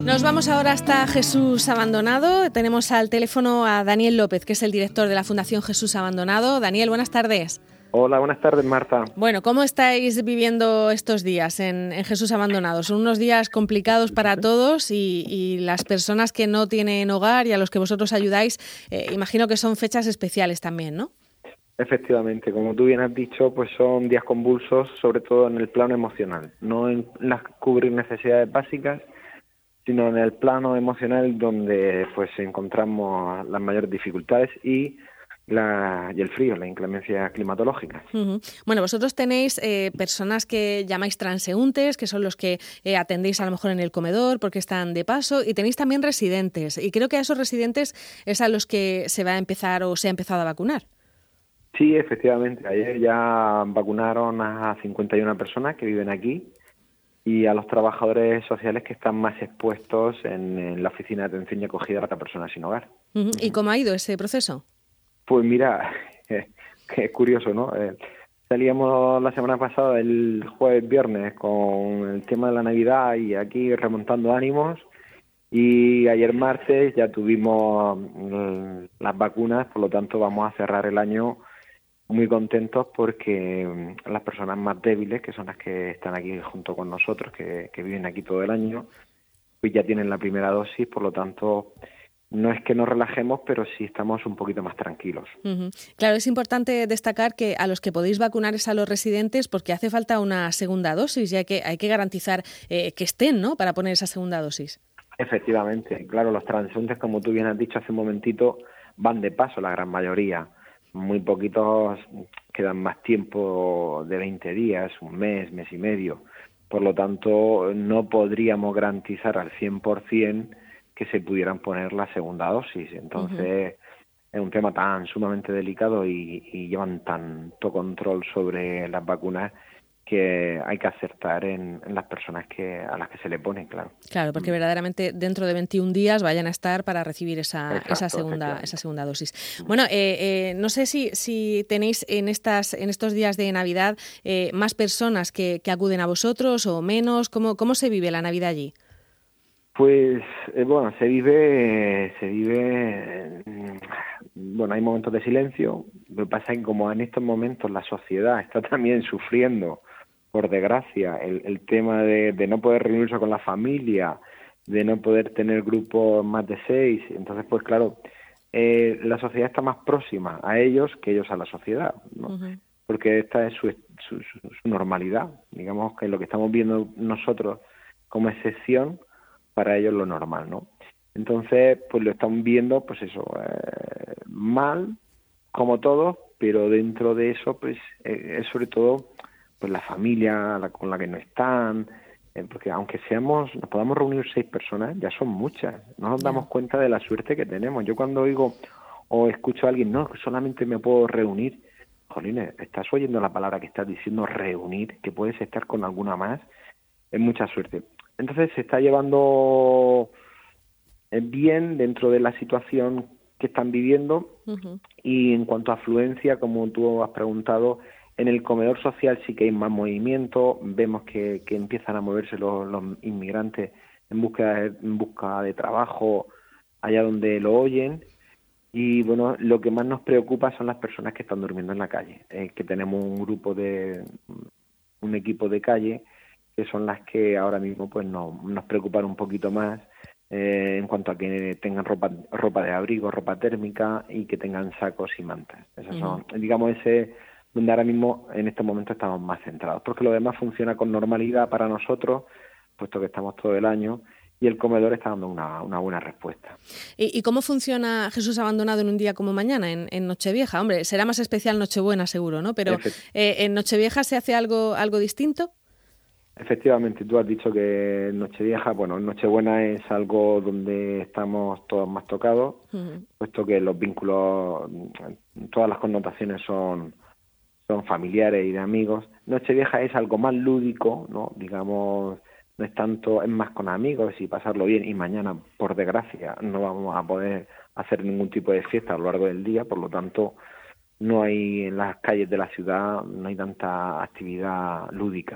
Nos vamos ahora hasta Jesús Abandonado. Tenemos al teléfono a Daniel López, que es el director de la Fundación Jesús Abandonado. Daniel, buenas tardes. Hola, buenas tardes, Marta. Bueno, ¿cómo estáis viviendo estos días en Jesús Abandonado? Son unos días complicados para todos y las personas que no tienen hogar y a los que vosotros ayudáis, imagino que son fechas especiales también, ¿no? Efectivamente, como tú bien has dicho, pues son días convulsos, sobre todo en el plano emocional, no en las cubrir necesidades básicas, sino en el plano emocional donde pues encontramos las mayores dificultades y el frío, la inclemencia climatológica. Uh-huh. Bueno, vosotros tenéis personas que llamáis transeúntes, que son los que atendéis a lo mejor en el comedor porque están de paso, y tenéis también residentes, y creo que a esos residentes es a los que se va a empezar o se ha empezado a vacunar. Sí, efectivamente, ayer ya vacunaron a 51 personas que viven aquí y a los trabajadores sociales que están más expuestos en la oficina de atención y acogida a la persona sin hogar. Uh-huh. ¿Y cómo ha ido ese proceso? Pues mira, que es curioso, ¿no? Salíamos la semana pasada, el jueves, viernes, con el tema de la Navidad y aquí remontando ánimos, y ayer martes ya tuvimos las vacunas, por lo tanto vamos a cerrar el año muy contentos porque las personas más débiles, que son las que están aquí junto con nosotros, que viven aquí todo el año, pues ya tienen la primera dosis, por lo tanto no es que nos relajemos, pero sí estamos un poquito más tranquilos. Uh-huh. Claro, es importante destacar que a los que podéis vacunar es a los residentes porque hace falta una segunda dosis y hay que garantizar que estén, ¿no?, para poner esa segunda dosis. Efectivamente, claro, los transeúntes, como tú bien has dicho hace un momentito, van de paso la gran mayoría. Muy poquitos quedan más tiempo de 20 días, un mes, mes y medio. Por lo tanto, no podríamos garantizar al 100% que se pudieran poner la segunda dosis. Entonces, es un tema tan sumamente delicado y llevan tanto control sobre las vacunas que hay que acertar en las personas a las que se le ponen, claro. Claro, porque verdaderamente dentro de 21 días vayan a estar para recibir esa segunda dosis. Bueno, no sé si tenéis en estos días de Navidad más personas que acuden a vosotros o menos. ¿Cómo se vive la Navidad allí? Pues bueno, se vive, bueno, hay momentos de silencio. Lo que pasa es que como en estos momentos la sociedad está también sufriendo, por desgracia, el tema de no poder reunirse con la familia, de no poder tener grupos más de 6, entonces pues claro, la sociedad está más próxima a ellos que ellos a la sociedad, ¿no? Uh-huh. Porque esta es su normalidad, digamos que lo que estamos viendo nosotros como excepción, para ellos lo normal, ¿no? Entonces, pues lo están viendo, pues eso, mal, como todos, pero dentro de eso, pues es sobre todo pues la familia con la que no están, porque aunque nos podamos reunir 6 personas, ya son muchas, no nos damos cuenta de la suerte que tenemos. Yo cuando oigo o escucho a alguien, no, solamente me puedo reunir, jolines, estás oyendo la palabra que estás diciendo, reunir, que puedes estar con alguna más, es mucha suerte. Entonces se está llevando bien dentro de la situación que están viviendo. Uh-huh. Y en cuanto a afluencia, como tú has preguntado, en el comedor social sí que hay más movimiento, vemos que empiezan a moverse los inmigrantes en busca de trabajo allá donde lo oyen. Y bueno, lo que más nos preocupa son las personas que están durmiendo en la calle, que tenemos un equipo de calle, que son las que ahora mismo pues nos preocupan un poquito más en cuanto a que tengan ropa de abrigo, ropa térmica y que tengan sacos y mantas. Esas son, digamos, donde ahora mismo en este momento estamos más centrados, porque lo demás funciona con normalidad para nosotros, puesto que estamos todo el año, y el comedor está dando una buena respuesta. ¿Y cómo funciona Jesús Abandonado en un día como mañana, en Nochevieja? Hombre, será más especial Nochebuena seguro, ¿no? Pero ¿en Nochevieja se hace algo distinto? Efectivamente, tú has dicho que Nochevieja, bueno, Nochebuena es algo donde estamos todos más tocados, puesto que los vínculos, todas las connotaciones son familiares y de amigos. Nochevieja es algo más lúdico, ¿no? Digamos, no es tanto, es más con amigos y pasarlo bien, y mañana, por desgracia, no vamos a poder hacer ningún tipo de fiesta a lo largo del día, por lo tanto, no hay en las calles de la ciudad, no hay tanta actividad lúdica.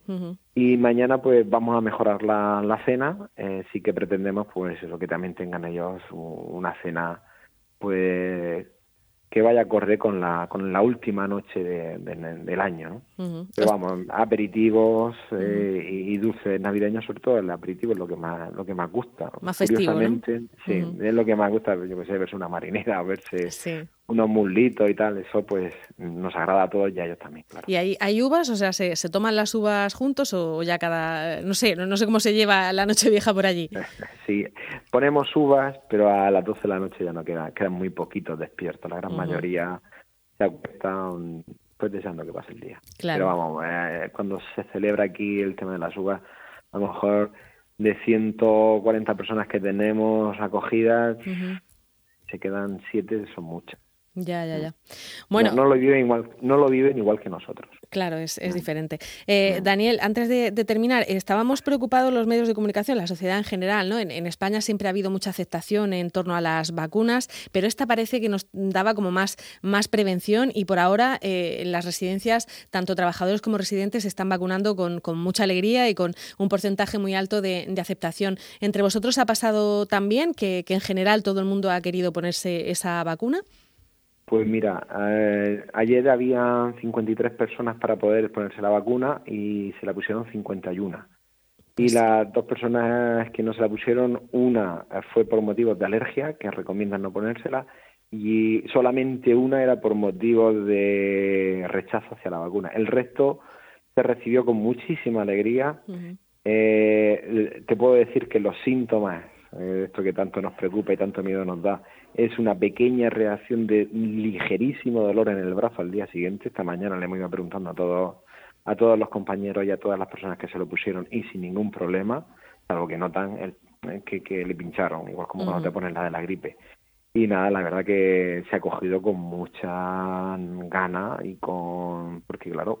Y mañana pues vamos a mejorar la cena. Sí que pretendemos pues eso, que también tengan ellos una cena pues que vaya acorde con la última noche del año, ¿no? Pero vamos, aperitivos y dulces navideños, sobre todo el aperitivo es lo que más gusta. Más festivo, curiosamente, ¿no? Sí, es lo que más gusta, yo que sé, verse una marinera, verse unos muslitos y tal, eso pues nos agrada a todos y a ellos también, claro. ¿Y hay uvas? O sea, ¿se toman las uvas juntos o ya no sé cómo se lleva la Nochevieja por allí? Sí, ponemos uvas, pero a las 12 de la noche ya no quedan muy poquitos despiertos, la gran mayoría se acuestan pues deseando que pase el día. Claro. Pero vamos, cuando se celebra aquí el tema de las uvas, a lo mejor de 140 personas que tenemos acogidas, se quedan 7, son muchas. Ya. Bueno, no lo viven igual que nosotros. Claro, es diferente. Daniel, antes de terminar, estábamos preocupados los medios de comunicación, la sociedad en general, ¿no? En España siempre ha habido mucha aceptación en torno a las vacunas, pero esta parece que nos daba como más prevención y por ahora en las residencias, tanto trabajadores como residentes se están vacunando con mucha alegría y con un porcentaje muy alto de aceptación. ¿Entre vosotros ha pasado también que en general todo el mundo ha querido ponerse esa vacuna? Pues mira, ayer había 53 personas para poder ponerse la vacuna y se la pusieron 51. Y las 2 personas que no se la pusieron, una fue por motivos de alergia, que recomiendan no ponérsela, y solamente una era por motivos de rechazo hacia la vacuna. El resto se recibió con muchísima alegría. Te puedo decir que los síntomas, esto que tanto nos preocupa y tanto miedo nos da, es una pequeña reacción de ligerísimo dolor en el brazo al día siguiente. Esta mañana le hemos ido preguntando a todos los compañeros y a todas las personas que se lo pusieron y sin ningún problema, salvo que notan que le pincharon, igual como cuando te ponen la de la gripe. Y nada, la verdad que se ha cogido con mucha gana porque claro,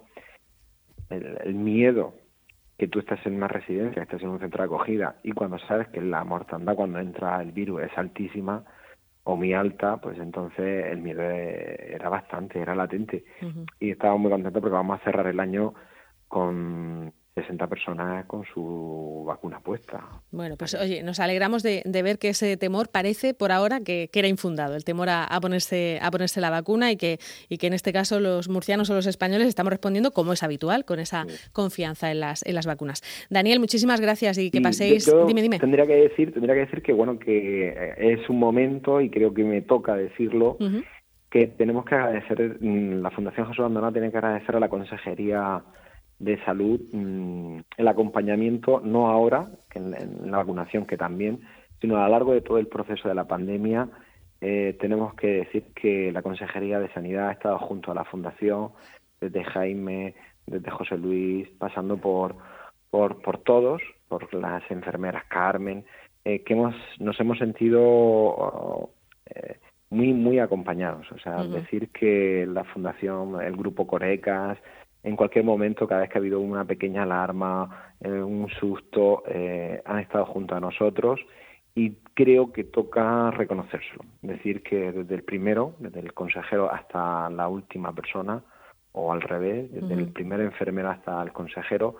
el miedo que tú estás en una residencia, estás en un centro de acogida y cuando sabes que la mortandad cuando entra el virus es altísima o muy alta, pues entonces el miedo era latente. Y estábamos muy contentos porque vamos a cerrar el año con 60 personas con su vacuna puesta. Bueno, pues oye, nos alegramos de ver que ese temor parece por ahora que era infundado, el temor a ponerse la vacuna y que en este caso los murcianos o los españoles estamos respondiendo como es habitual, con esa confianza en las vacunas. Daniel, muchísimas gracias y que paséis... Dime. Tendría que decir que bueno, que es un momento y creo que me toca decirlo, que tenemos que agradecer, la Fundación Jesús Abandonado tiene que agradecer a la Consejería de Salud el acompañamiento, no ahora, que en la vacunación que también, sino a lo largo de todo el proceso de la pandemia. Tenemos que decir que la Consejería de Sanidad ha estado junto a la Fundación, desde Jaime, desde José Luis, pasando por todos, por las enfermeras Carmen, que nos hemos sentido muy acompañados. O sea, decir que la Fundación, el Grupo Corecas, en cualquier momento, cada vez que ha habido una pequeña alarma, un susto, han estado junto a nosotros y creo que toca reconocérselo. Decir que desde el consejero hasta la última persona, o al revés, desde el primer enfermero hasta el consejero,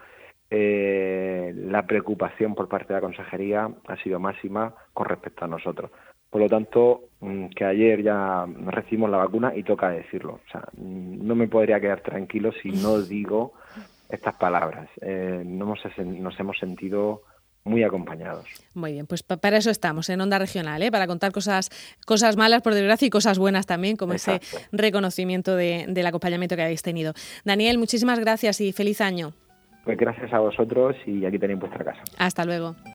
la preocupación por parte de la consejería ha sido máxima con respecto a nosotros. Por lo tanto, que ayer ya recibimos la vacuna y toca decirlo. O sea, no me podría quedar tranquilo si no digo estas palabras. Nos hemos sentido muy acompañados. Muy bien, pues para eso estamos en Onda Regional, para contar cosas malas, por desgracia, y cosas buenas también, como Exacto. Ese reconocimiento del acompañamiento que habéis tenido. Daniel, muchísimas gracias y feliz año. Pues gracias a vosotros y aquí tenéis vuestra casa. Hasta luego.